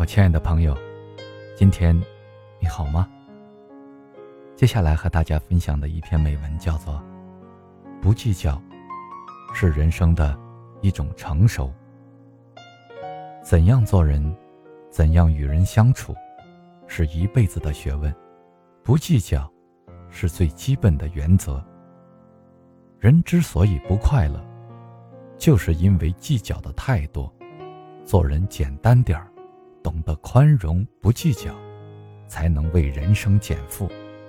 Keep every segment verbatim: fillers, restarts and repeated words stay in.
我亲爱的朋友，今天你好吗？接下来和大家分享的一篇美文叫做《不计较是人生的一种成熟》。怎样做人，怎样与人相处，是一辈子的学问，不计较是最基本的原则。人之所以不快乐，就是因为计较的太多。做人简单点儿，懂得宽容，不计较，才能为人生减负。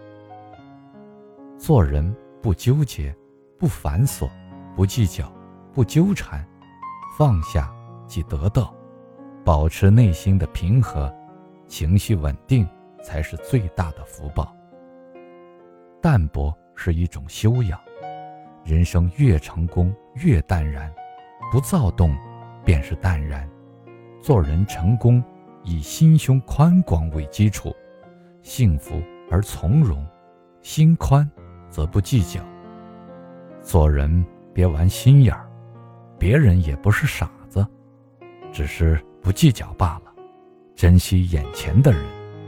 做人不纠结，不繁琐，不计较，不纠缠，放下即得到，保持内心的平和，情绪稳定，才是最大的福报。淡泊是一种修养，人生越成功越淡然，不躁动便是淡然。做人成功以心胸宽广为基础，幸福而从容，心宽则不计较。做人别玩心眼儿，别人也不是傻子，只是不计较罢了，珍惜眼前的人。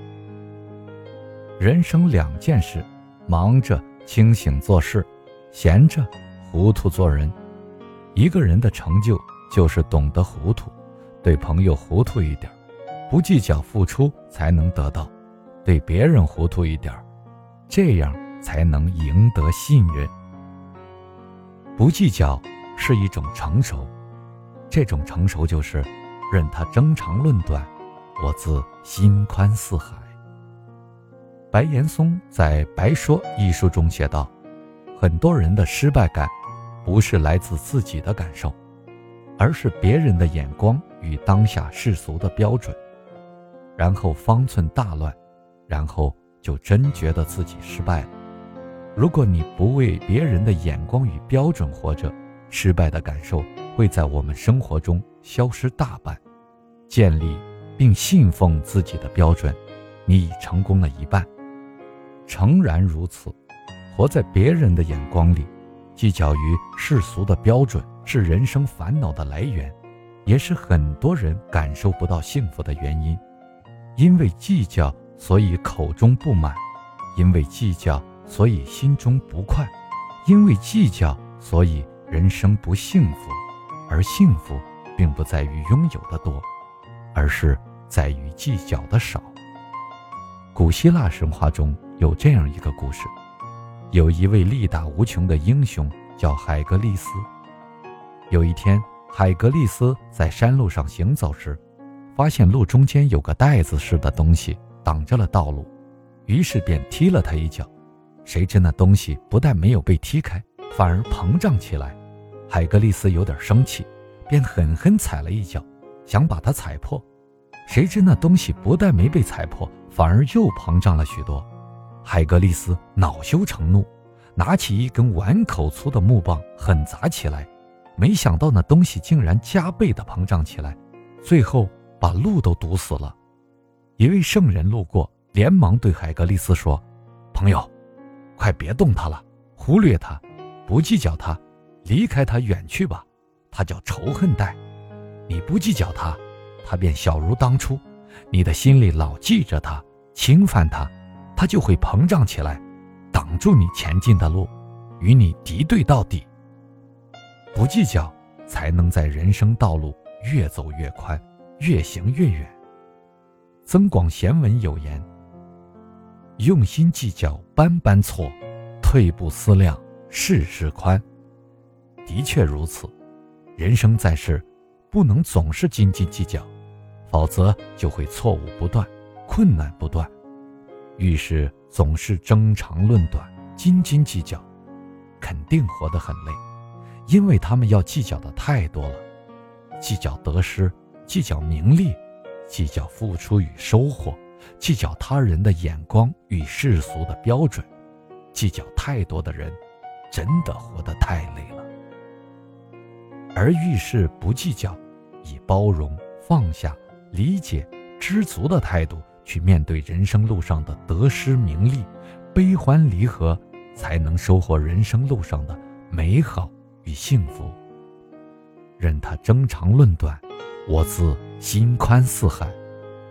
人生两件事，忙着清醒做事，闲着糊涂做人。一个人的成就就是懂得糊涂，对朋友糊涂一点，不计较付出才能得到，对别人糊涂一点，这样才能赢得信任。不计较是一种成熟，这种成熟就是任他争长论短，我自心宽似海。白岩松在《白说》一书中写道，很多人的失败感不是来自自己的感受，而是别人的眼光与当下世俗的标准，然后方寸大乱，然后就真觉得自己失败了。如果你不为别人的眼光与标准活着，失败的感受会在我们生活中消失大半。建立并信奉自己的标准，你已成功了一半。诚然如此，活在别人的眼光里，计较于世俗的标准，是人生烦恼的来源，也是很多人感受不到幸福的原因。因为计较，所以口中不满；因为计较，所以心中不快；因为计较，所以人生不幸福。而幸福并不在于拥有的多，而是在于计较的少。古希腊神话中有这样一个故事，有一位力大无穷的英雄叫海格力斯。有一天，海格力斯在山路上行走时，发现路中间有个袋子似的东西挡着了道路，于是便踢了他一脚。谁知那东西不但没有被踢开，反而膨胀起来。海格力斯有点生气，便狠狠踩了一脚，想把它踩破。谁知那东西不但没被踩破，反而又膨胀了许多。海格力斯恼羞成怒，拿起一根碗口粗的木棒狠砸起来，没想到那东西竟然加倍的膨胀起来，最后把路都堵死了。一位圣人路过，连忙对海格力斯说：“朋友，快别动它了，忽略它，不计较它，离开它远去吧。它叫仇恨袋，你不计较它，它便小如当初；你的心里老记着它，侵犯它，它就会膨胀起来，挡住你前进的路，与你敌对到底。不计较，才能在人生道路越走越宽，越行越远。”增广贤文有言：“用心计较般般错，退步思量事事宽。”的确如此，人生在世，不能总是斤斤计较，否则就会错误不断，困难不断。遇事总是争长论短，斤斤计较，肯定活得很累，因为他们要计较的太多了，计较得失，计较名利，计较付出与收获，计较他人的眼光与世俗的标准。计较太多的人，真的活得太累了。而遇事不计较，以包容、放下、理解、知足的态度去面对人生路上的得失名利、悲欢离合，才能收获人生路上的美好与幸福。任他争长论短，我自心宽似海，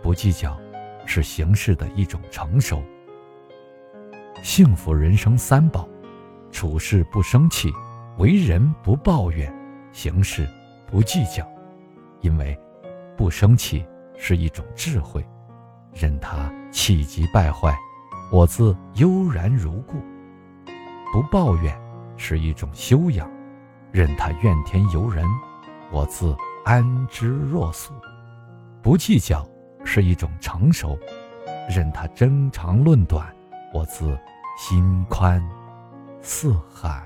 不计较是行事的一种成熟。幸福人生三宝：处事不生气，为人不抱怨，行事不计较。因为不生气是一种智慧，任他气急败坏，我自悠然如故；不抱怨是一种修养，任他怨天尤人，我自安之若素；不计较是一种成熟，任他争长论短，我自心宽似海。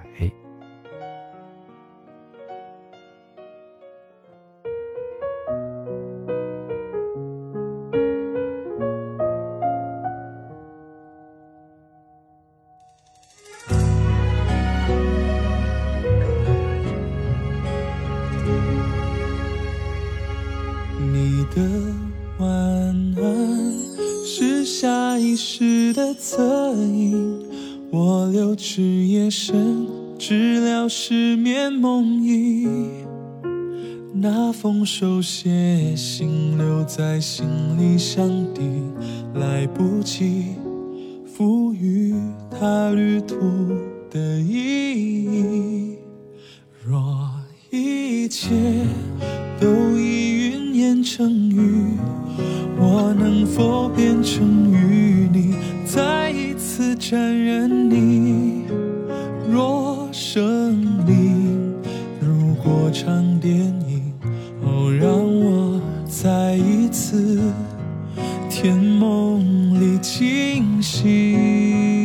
你的晚安是下意识的侧影，我留至夜深，治疗失眠梦呓。那封手写信留在心里相抵，来不及赋予它旅途的意义。若一切都已云烟成雨，我能否变成与你再一次沾染你？若生命如果场电影，哦，让我再一次甜梦里惊喜。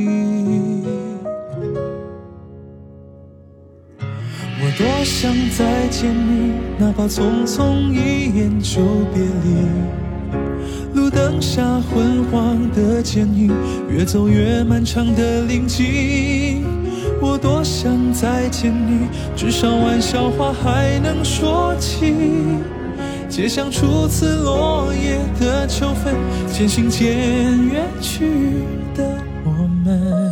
我多想再见你，哪怕匆匆一眼就别离。路灯下昏黄的剪影，越走越漫长的林径。我多想再见你，至少玩笑话还能说起。街巷初次落叶的秋分，渐行渐远去的我们。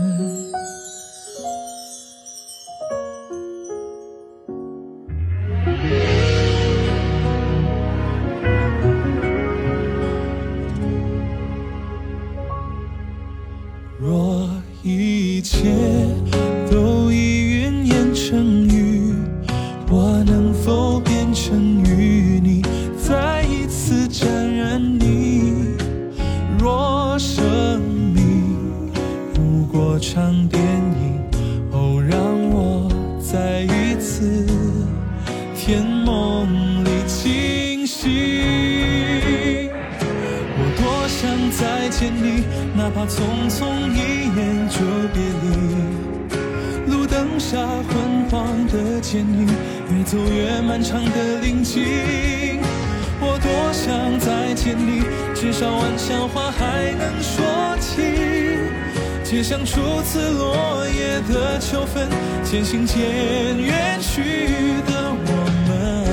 若一切都已云烟成雨，我能否变成与你再一次沾染你？若生命如果场电影，哦，让我再一次甜梦里惊喜。我多想再见你，哪怕匆匆一眼就别离。路灯下昏黄的剪影，越走越漫长的林径。我多想再见你，至少玩笑话还能说起。街巷初次落叶的秋分，渐行渐远去的我们。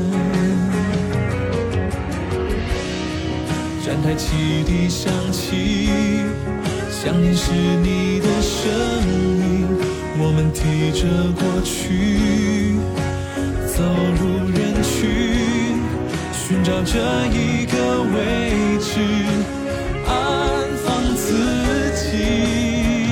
站台汽笛响起，想念是你的声音，我们提着过去，走入人群，寻找着一个位置，安放自己。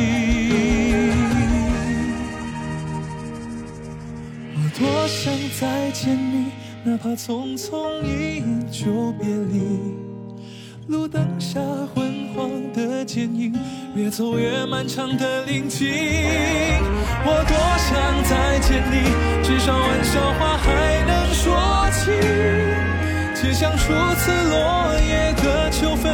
我多想再见你，哪怕匆匆一眼就别离。路灯下昏黄的剪影，越走越漫长的林径。我多想再见你，至少玩笑话还能说起。街巷初次落叶的秋分，